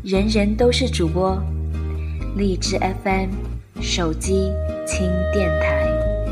人人都是主播，荔枝 FM 手机轻电台。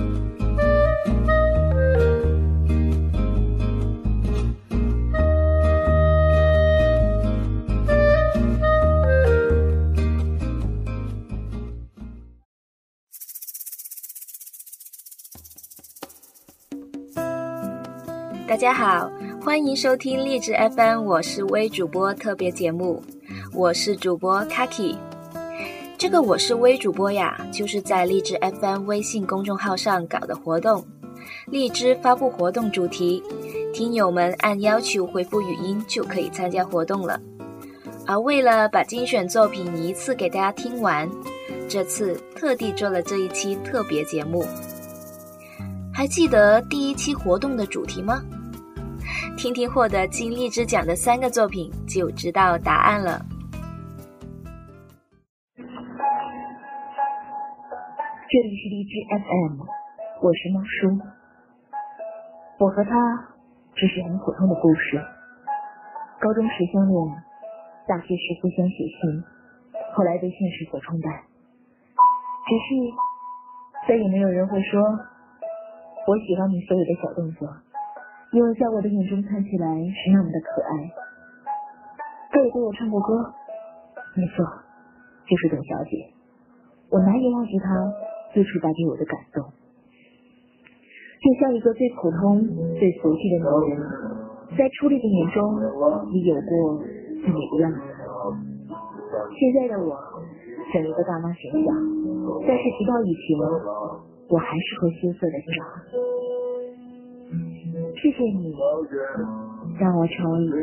大家好，欢迎收听荔枝 FM， 我是微主播特别节目，我是主播 Kaki。这个我是微主播呀，就是在荔枝 FM 微信公众号上搞的活动，荔枝发布活动主题，听友们按要求回复语音就可以参加活动了。而为了把精选作品一次给大家听完，这次特地做了这一期特别节目。还记得第一期活动的主题吗？听听获得金荔枝奖的3个作品就知道答案了。 这里是荔枝 FM， 我是猫叔。我和他只是很普通的故事，高中时相恋，大学时互相写信，后来被现实所冲淡。只是再也没有人会说我喜欢你所有的小动作，因为在我的眼中看起来是那么的可爱。他也对我唱过歌，没错，就是董小姐。我难以忘记她最初带给我的感动，就像一个最普通最俗气的女人，在初恋的眼中也有过最美的样子。现在的我像一个大妈形象，但是提到以前，我还是会羞涩的笑。谢谢你让我成为一个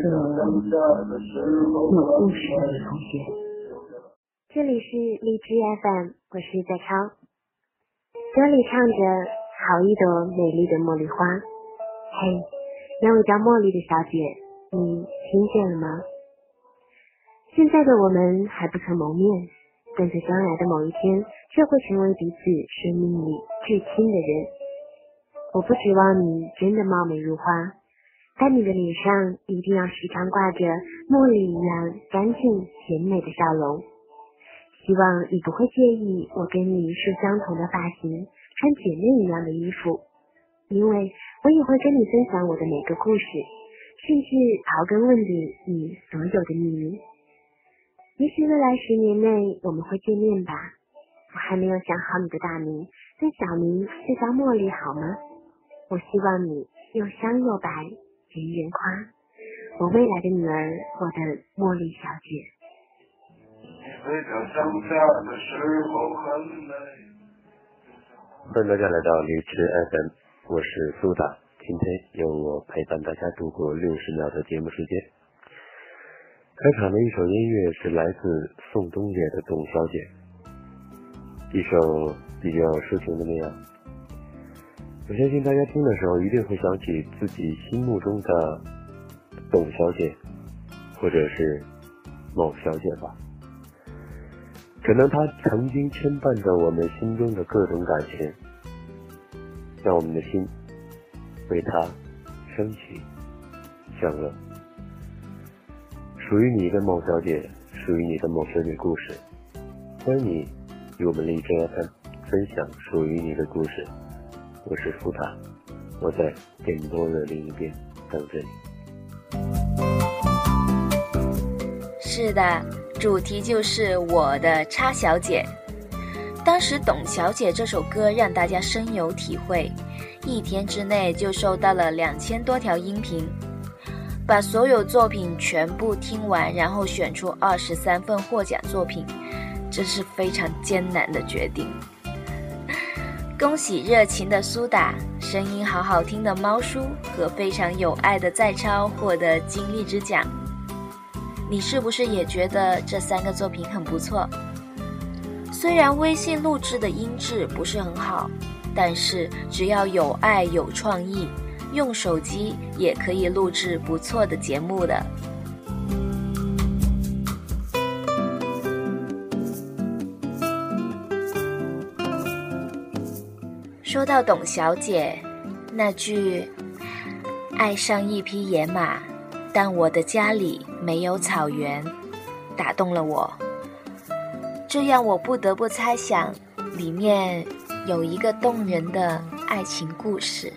有故事的女同学。 这里是荔枝 FM， 我是在超。歌里唱着好一朵美丽的茉莉花。嘿，那位叫茉莉的小姐，你听见了吗？现在的我们还不曾谋面，但在将来的某一天却会成为彼此生命里至亲的人。我不指望你真的貌美如花，但你的脸上一定要时常挂着茉莉一样干净甜美的笑容。希望你不会介意我跟你梳相同的发型，穿姐妹一样的衣服，因为我也会跟你分享我的每个故事，甚至刨根问底你所有的秘密。也许未来10年内我们会见面吧，我还没有想好你的大名，但小名就叫茉莉好吗？我希望你又香又白，人人夸，我未来的女儿，我的茉莉小姐。 欢迎大家来到荔枝 FM， 我是苏打，今天由我陪伴大家度过60秒的节目时间。开场的一首音乐是来自宋冬野的《董小姐》，一首比较抒情的那样。我相信大家听的时候一定会想起自己心目中的董小姐，或者是某小姐吧。可能她曾经牵绊着我们心中的各种感情，让我们的心为她升起享乐。属于你的某小姐，属于你的某小姐故事，欢迎你与我们荔枝 FM 分享属于你的故事。我是福塔，我在电波的另一边等着你。 是的，主题就是我的叉小姐。当时董小姐这首歌让大家深有体会，1天之内就收到了2000多条音频，把所有作品全部听完，然后选出23份获奖作品，这是非常艰难的决定。恭喜热情的苏打，声音好好听的猫叔和非常有爱的在超获得金荔枝奖。你是不是也觉得这3个作品很不错？虽然微信录制的音质不是很好，但是只要有爱有创意，用手机也可以录制不错的节目的。说到董小姐，那句爱上一匹野马，但我的家里没有草原， 打动了我，这让我不得不猜想里面有一个动人的爱情故事。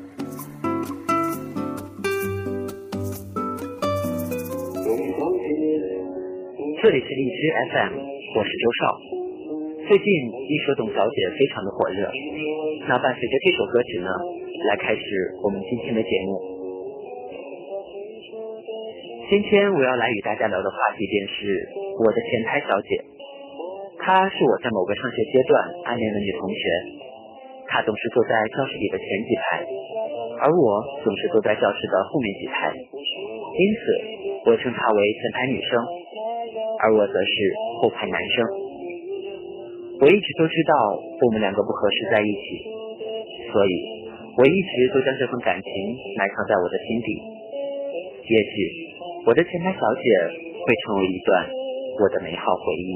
这里是荔枝 FM， 我是周少。最近一首董小姐非常的火热，那伴随着这首歌曲呢，来开始我们今天的节目。今天我要来与大家聊的话题便是我的前台小姐。她是我在某个上学阶段暗恋的女同学，她总是坐在教室里的前几排，而我总是坐在教室的后面几排，因此我称她为前排女生，而我则是后排男生。我一直都知道我们两个不合适在一起，所以我一直都将这份感情埋藏在我的心底。也许我的前台小姐会成为一段我的美好回忆。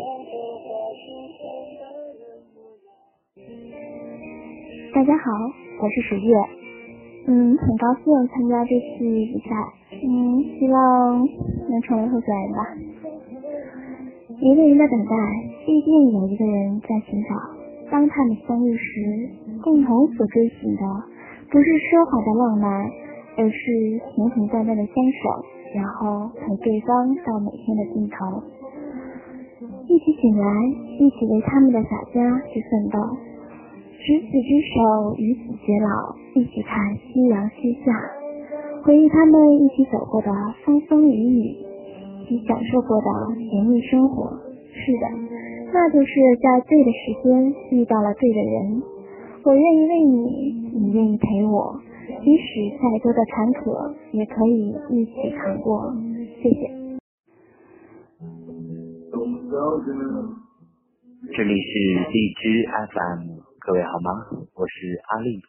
大家好，我是水月，很高兴参加这次比赛，希望能成为候选人吧。一个人的等待，必定有一个人在寻找。当他们相遇时，共同所追寻的不是奢华的浪漫，而是平平淡淡的相守，然后陪对方到每天的尽头，一起醒来，一起为他们的小家去奋斗，执子之手，与子偕老，一起看夕阳西下，回忆他们一起走过的风风雨雨，一起享受过的甜蜜生活。是的，那就是在对的时间遇到了对的人。我愿意为你，你愿意陪我，即使再多的坎坷也可以一起扛过。谢谢。 这里是荔枝 FM， 各位好吗？我是阿丽。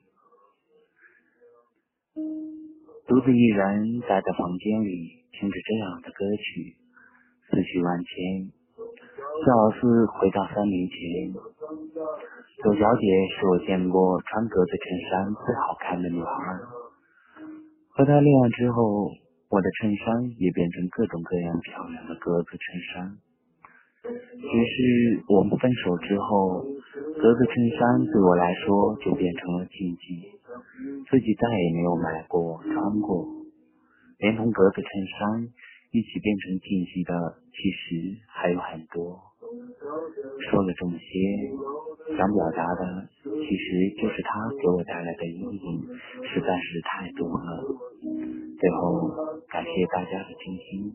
独自一人待在房间里，听着这样的歌曲，思绪万千，就好似回到3年前。董小姐是我见过穿格子衬衫最好看的女孩，和她恋爱之后，我的衬衫也变成各种各样漂亮的格子衬衫。只是我们分手之后，格子衬衫对我来说就变成了禁忌，自己再也没有买过穿过。连同格子衬衫一起变成禁忌的，其实还有很多。说了这么些，想表达的其实就是他给我带来的阴影实在是太多了。最后感谢大家的倾听。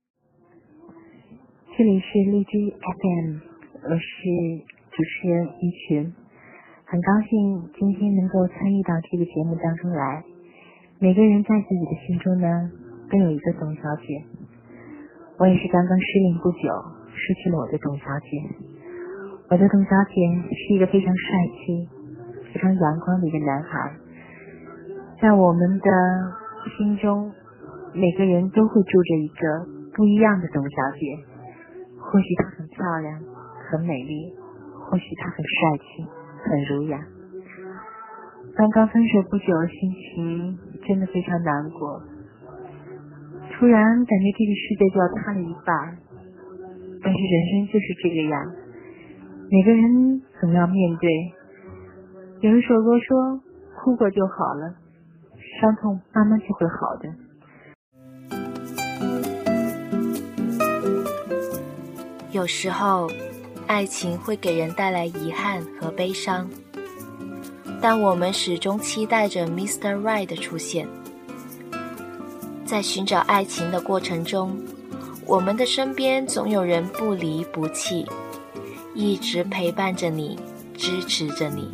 这里是荔枝 FM， 我是主持人一群，很高兴今天能够参与到这个节目当中来。每个人在自己的心中呢，都有一个董小姐。我也是刚刚失恋不久，失去了我的董小姐。我的董小姐是一个非常帅气、非常阳光的一个男孩，在我们的心中，每个人都会住着一个不一样的董小姐。或许她很漂亮，很美丽，或许她很帅气，很儒雅。刚刚分手不久，心情真的非常难过，突然感觉这个世界就要塌了一半，但是人生就是这个样，每个人总要面对。有一首歌说，哭过就好了，伤痛慢慢就会好的。 有时候，爱情会给人带来遗憾和悲伤，但我们始终期待着 Mr. Right 的出现。在寻找爱情的过程中，我们的身边总有人不离不弃，一直陪伴着你，支持着你。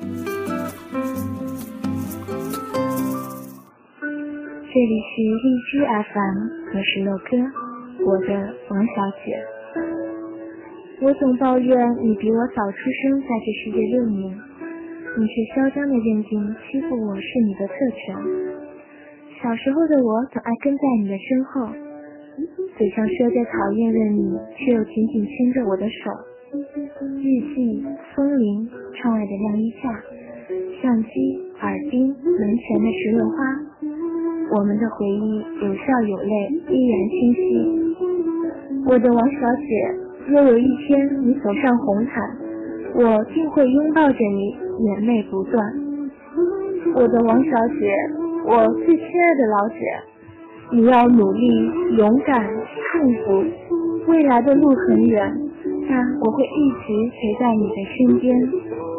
这里是荔枝 FM， 我是乐哥，我的王小姐。我总抱怨你比我早出生在这世界6年，你却嚣张的认定欺负我是你的特权。小时候的我总爱跟在你的身后，嘴上说着讨厌的你，却又紧紧牵着我的手。日记、风铃、窗外的晾衣架、相机、耳钉、门前的石榴花，我们的回忆有笑有泪，依然清晰。 我的王小姐，若有一天你走上红毯，我定会拥抱着你，眼泪不断。我的王小姐，我最亲爱的老姐，你要努力、勇敢、幸福。未来的路很远，但我会一直陪在你的身边。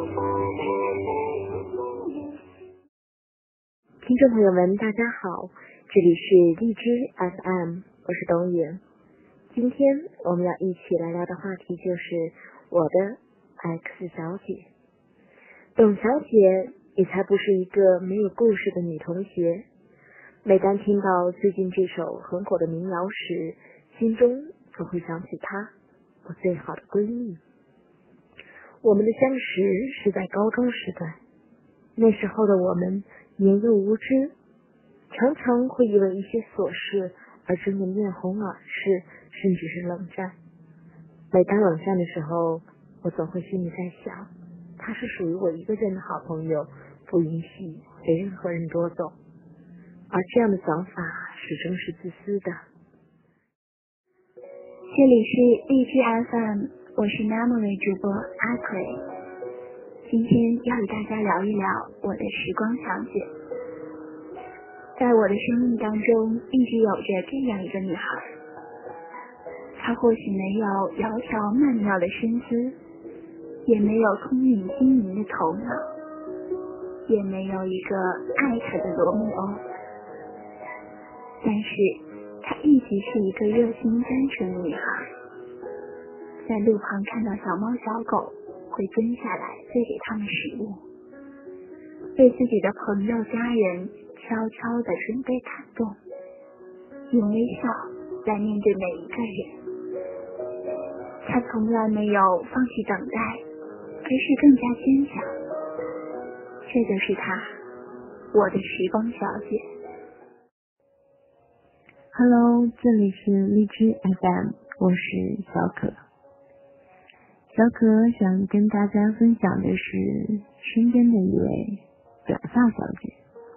听众朋友们，大家好，这里是荔枝 FM， 我是董宇。今天我们要一起来聊的话题就是我的 X 小姐。董小姐也才不是一个没有故事的女同学，每当听到最近这首很火的民谣时，心中总会想起她，我最好的闺蜜。我们的相识是在高中时代，那时候的我们年幼无知，常常会因为一些琐事而争得面红耳赤，甚至是冷战。每当冷战的时候，我总会心里在想，她是属于我一个人的好朋友，不允许被任何人夺走。而这样的想法始终是自私的。 这里是荔枝 FM， 我是 Memory 主播阿奎，今天要与大家聊一聊我的时光小姐。在我的生命当中，一直有着这样一个女孩，她或许没有窈窕曼妙的身姿，也没有聪明精明的头脑，也没有一个爱她的罗密欧，但是她一直是一个热心单纯的女孩，在路旁看到小猫小狗会蹲下来喂给它们食物，为自己的朋友家人悄悄地准备感动，用微笑来面对每一个人。她从来没有放弃等待，而是更加坚强。这就是她，我的时光小姐。 Hello， 这里是荔枝 FM， 我是小可。小可想跟大家分享的是身边的一位短发小姐。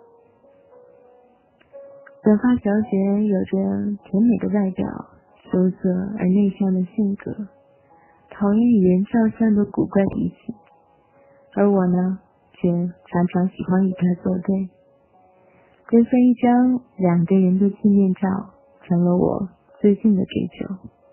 短发小姐有着甜美的外表，羞涩而内向的性格，讨厌与人照相的古怪脾气，而我呢，却常常喜欢与她作对。跟随一张两个人的纪念照成了我最近的追求。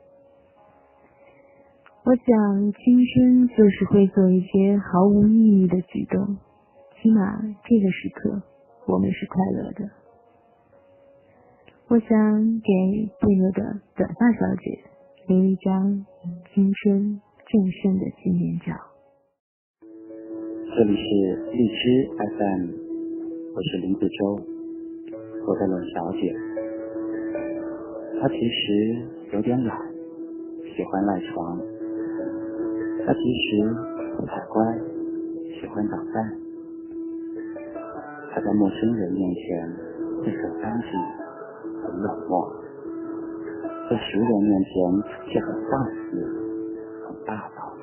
我想青春就是会做一些毫无意义的举动，起码这个时刻我们是快乐的。我想给贝勒的短发小姐留一张青春正盛的纪念照。 这里是荔枝 FM， 我是林子洲，我的冷小姐。她其实有点懒，喜欢赖床。她其实不太乖，喜欢捣蛋。她在陌生人面前会很安静，很冷漠，在熟人面前却很放肆，很霸道。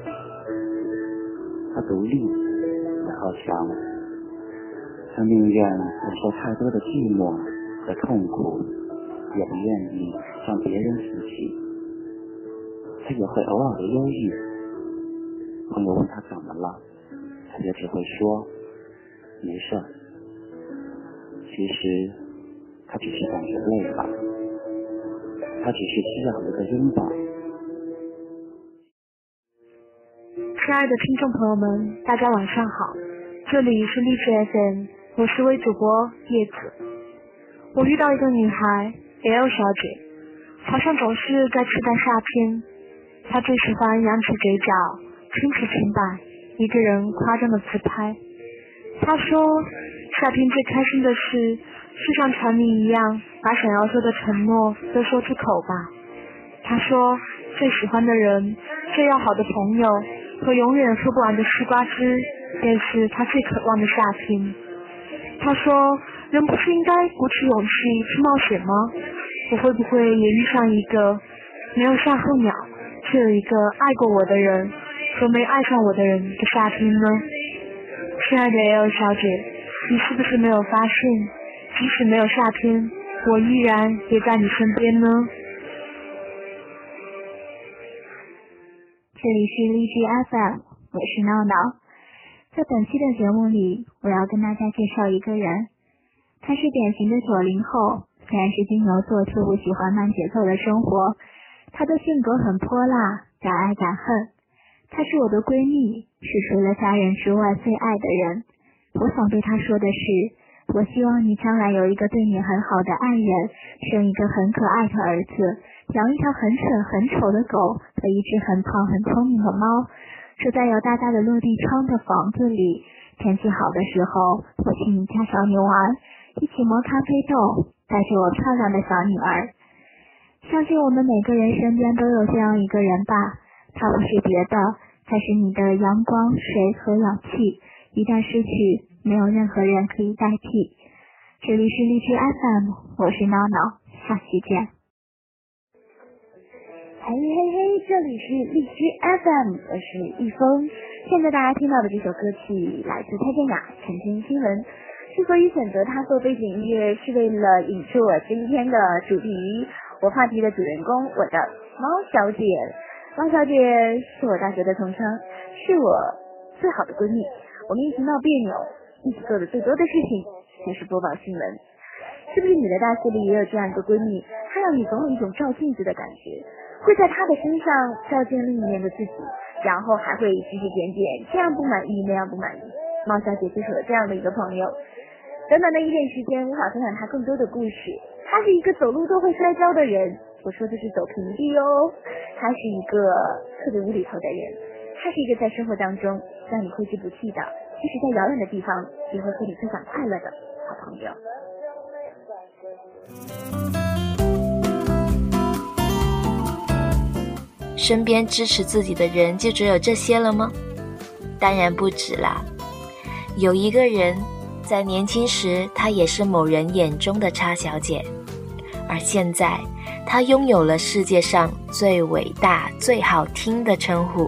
她独立，也好强。她宁愿忍受太多的寂寞和痛苦，也不愿意向别人诉起。她也会偶尔的忧郁，朋友问她怎么了，她也只会说没事。其实她只是感觉累吧，她只是需要一个拥抱。 亲爱的听众朋友们，大家晚上好，这里是荔枝 FM， 我是微主播叶子。我遇到一个女孩 L 小姐，好像总是在期待夏天。她最喜欢扬起嘴角，轻启裙摆，一个人夸张的自拍。她说夏天最开心的事是像蝉鸣一样把想要说的承诺都说出口吧。她说最喜欢的人，最要好的朋友和永远喝不完的西瓜汁，便是她最渴望的夏天。她说人不是应该鼓起勇气去冒险吗？我会不会也遇上一个没有夏候鸟，却有一个爱过我的人和没爱上我的人的夏天呢？亲爱的 L 小姐，你是不是没有发现，即使没有夏天，我依然也在你身边呢？ 这里是荔枝 FM， 我是闹闹。在本期的节目里，我要跟大家介绍一个人，他是典型的90后，虽然是金牛座，却不喜欢慢节奏的生活。他的性格很泼辣，敢爱敢恨。她是我的闺蜜，是除了家人之外最爱的人。我想对她说的是，我希望你将来有一个对你很好的爱人，生一个很可爱的儿子，养一条很蠢很丑的狗和一只很胖很聪明的猫，住在有大大的落地窗的房子里。天气好的时候，我去你家找你玩，一起磨咖啡豆，带着我漂亮的小女儿。相信我们每个人身边都有这样一个人吧，他不是别的，他是你的阳光、水和氧气，一旦失去，没有任何人可以代替。这里是荔枝 FM， 我是闹闹，下期见。 嘿嘿嘿，这里是荔枝 FM， 我是一峰。现在大家听到的这首歌曲来自蔡健雅《晨间新闻》。之所以选择它做背景音乐，是为了引出我今天的主题，我话题的主人公，我的猫小姐。猫小姐是我大学的同窗，是我最好的闺蜜。我们一起闹别扭，一起做的最多的事情就是播报新闻。是不是你的大学里也有这样一个闺蜜，她让你总有一种照镜子的感觉，会在她的身上照见另一面的自己，然后还会指指点点，这样不满意那样不满意。猫小姐就是我这样的一个朋友，短短的一点时间无法分享她更多的故事。她是一个走路都会摔跤的人，我说的是走平地哦。她是一个特别无厘头的人，她是一个在生活当中让你挥之不去的，即使在遥远的地方也会和你分享快乐的好朋友。 身边支持自己的人就只有这些了吗？当然不止啦。有一个人在年轻时，她也是某人眼中的叉小姐，而现在她拥有了世界上最伟大最好听的称呼。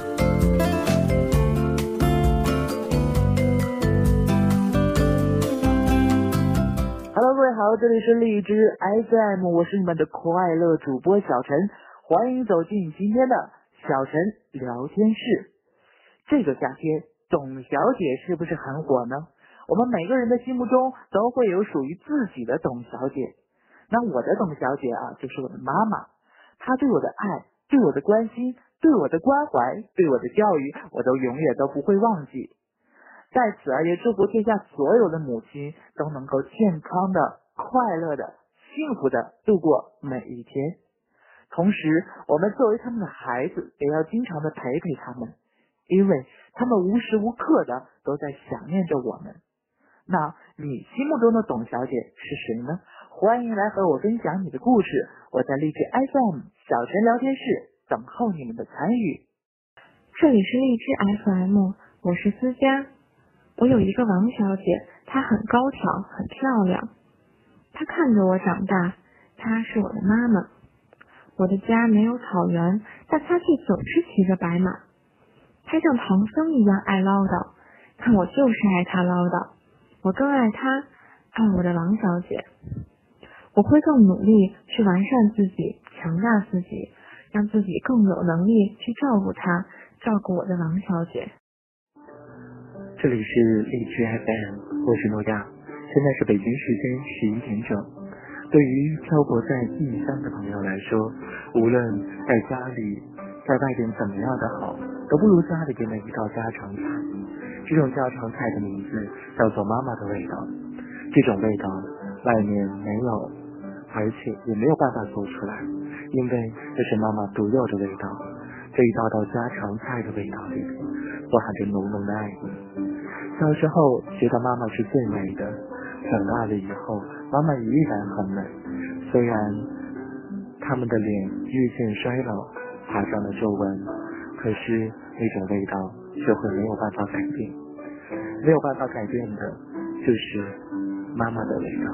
Hello， 各位好，这里是荔枝 FM， 我是你们的快乐主播小陈，欢迎走进今天的小陈聊天室。这个夏天，董小姐是不是很火呢？我们每个人的心目中都会有属于自己的董小姐。那我的董小姐啊，就是我的妈妈，她对我的爱，对我的关心，对我的关怀，对我的教育，我都永远都不会忘记。在此啊，也祝福天下所有的母亲都能够健康的、快乐的、幸福的度过每一天。同时，我们作为他们的孩子，也要经常的陪陪他们，因为他们无时无刻的都在想念着我们。那你心目中的董小姐是谁呢？欢迎来和我分享你的故事，我在荔枝 FM 小陈聊天室等候你们的参与。 这里是荔枝 FM， 我是思佳。我有一个王小姐，她很高挑，很漂亮。她看着我长大，她是我的妈妈。我的家没有草原，但她却总是骑着白马。她像唐僧一样爱唠叨，但我就是爱她唠叨。我更爱她，爱我的王小姐。我会更努力去完善自己，强大自己，让自己更有能力去照顾她，照顾我的王小姐。 这里是荔枝 FM， 我是诺亚，现在是北京时间11点整。对于漂泊在异乡的朋友来说，无论在家里在外边怎么样的好，都不如家里边的一道家常菜。这种家常菜的名字叫做妈妈的味道。这种味道外面没有，而且也没有办法做出来，因为这是妈妈独有的味道。这一道道家常菜的味道里包含着浓浓的爱意。小时候觉得妈妈是最美的，长大了以后妈妈依然很美，虽然他们的脸日渐衰老，爬上了皱纹，可是那种味道却会没有办法改变。没有办法改变的就是妈妈的味道。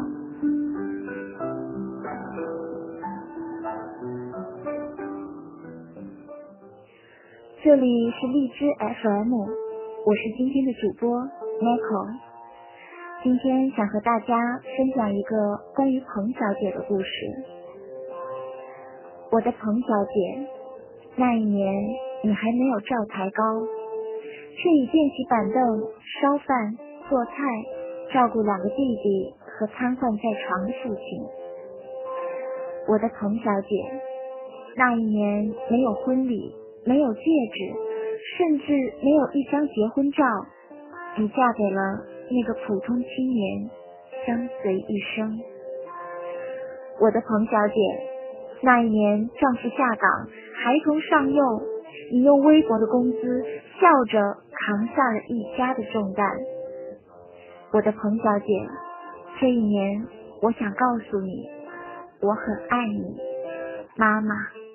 这里是荔枝 FM， 我是今天的主播 Nico。今天想和大家分享一个关于彭小姐的故事。我的彭小姐，那一年你还没有灶台高，却已垫起板凳烧饭做菜，照顾2个弟弟和瘫痪在床的父亲。我的彭小姐，那一年没有婚礼，没有戒指，甚至没有一张结婚照，你嫁给了那个普通青年，相随一生。我的彭小姐，那一年丈夫下岗，孩童上幼，你用微薄的工资笑着扛下了一家的重担。我的彭小姐，这一年我想告诉你，我很爱你，妈妈。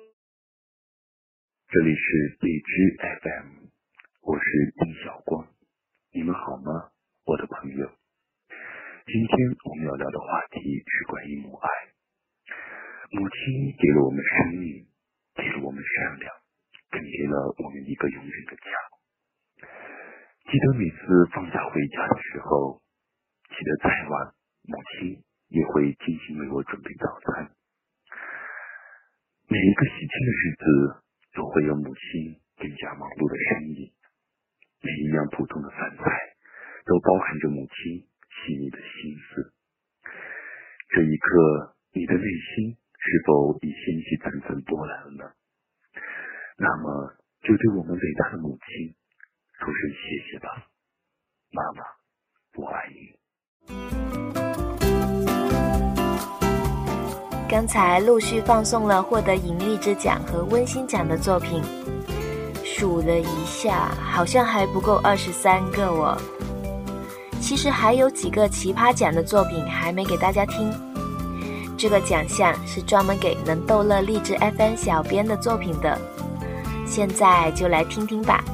这里是荔枝 FM， 我是丁小光，你们好吗，我的朋友？今天我们要聊的话题是关于母爱。母亲给了我们生命，给了我们善良，更给了我们一个永远的家。记得每次放假回家的时候，起得再晚，母亲也会精心为我准备早餐。每一个喜庆的日子都会有母亲更加忙碌的身影，每一样普通的饭菜都包含着母亲细腻的心思。这一刻，你的内心是否已掀起层层波澜了呢？那么就对我们伟大的母亲说声谢谢吧，妈妈，我爱你。 刚才陆续放送了获得银荔枝奖和温馨奖的作品，数了一下，好像还不够23个哦。其实还有几个奇葩奖的作品还没给大家听。这个奖项是专门给能逗乐荔枝 FM 小编的作品的，现在就来听听吧。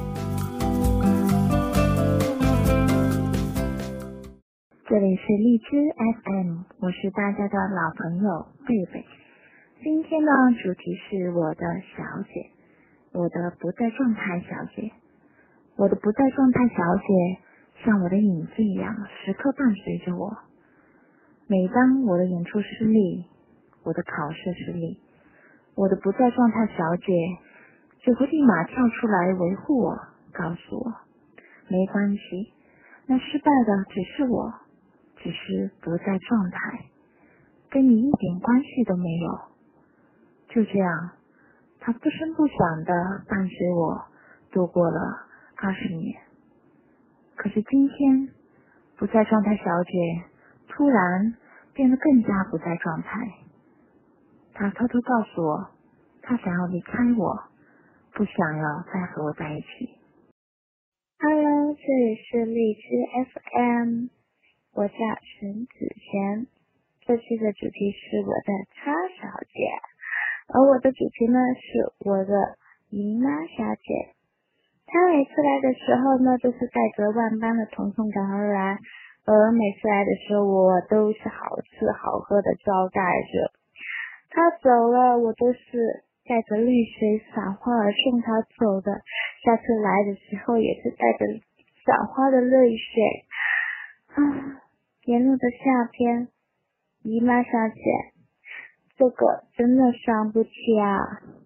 这里是荔枝 FM， 我是大家的老朋友贝贝。今天呢，主题是我的小姐，我的不在状态小姐。我的不在状态小姐像我的影子一样，时刻伴随着我。每当我的演出失利，我的考试失利，我的不在状态小姐就会立马跳出来维护我，告诉我没关系，那失败的只是我，只是不在状态，跟你一点关系都没有。就这样，她不声不响地伴随我度过了20年。可是今天，不在状态小姐突然变得更加不在状态。她偷偷告诉我，她想要离开我，不想要再和我在一起。 Hello， 这里是荔枝 FM， 我叫陈子贤。这期的主题是我的超小姐，而我的主题呢是我的姨妈小姐。她每次来的时候呢，都是带着万般的疼痛感而来，而每次来的时候，我都是好吃好喝的招待着。她走了，我都是带着泪水伞花而送她走的。下次来的时候，也是带着伞花的泪水。炎热的夏天，姨妈小姐，这个真的伤不起啊。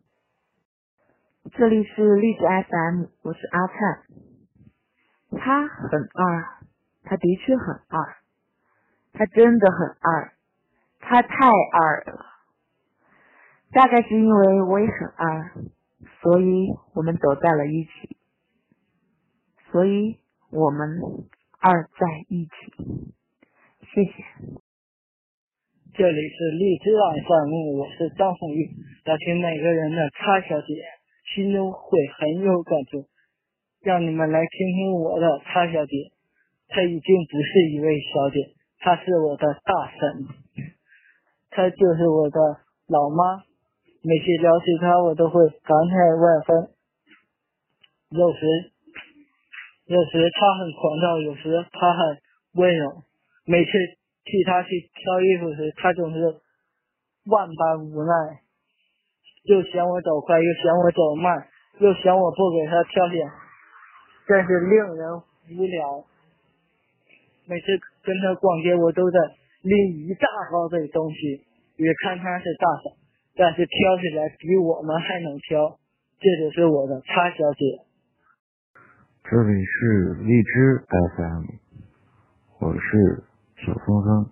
这里是荔枝 FM， 我是阿灿。他很二，他的确很二，他真的很二，他太二了。大概是因为我也很二，所以我们走在了一起，所以我们二在一起。谢谢。 这里是荔枝FM，我是张凤玉。要听每个人的叉小姐，心中会很有感触。让你们来听听我的叉小姐，她已经不是一位小姐，她是我的大婶，她就是我的老妈。每次聊起她，我都会感慨万分。有时她很狂躁，有时她很温柔。每次替她去挑衣服时，她总是万般无奈，又嫌我走快，又嫌我走慢，又嫌我不给她挑选，真是令人无聊。每次跟她逛街，我都在拎一大包的东西，也看她是大嫂，但是挑起来比我们还能挑。 这就是我的叉小姐。 这里是荔枝 FM， 我是小峰峰。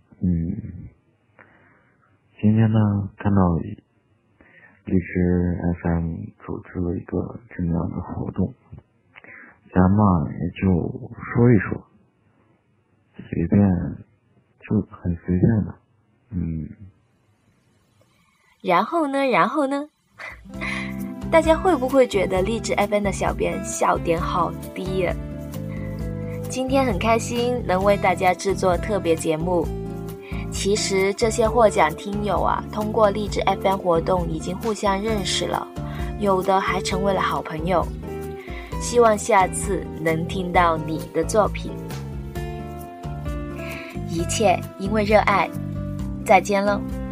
今天呢，看到荔枝 FM 组织了一个这样的活动，咱嘛也就说一说，随便，就很随便的。 然后呢？大家会不会觉得荔枝 FM 的小编笑点好低呀？今天很开心能为大家制作特别节目。其实这些获奖听友啊，通过荔枝 FM 活动已经互相认识了，有的还成为了好朋友。希望下次能听到你的作品。一切因为热爱，再见喽。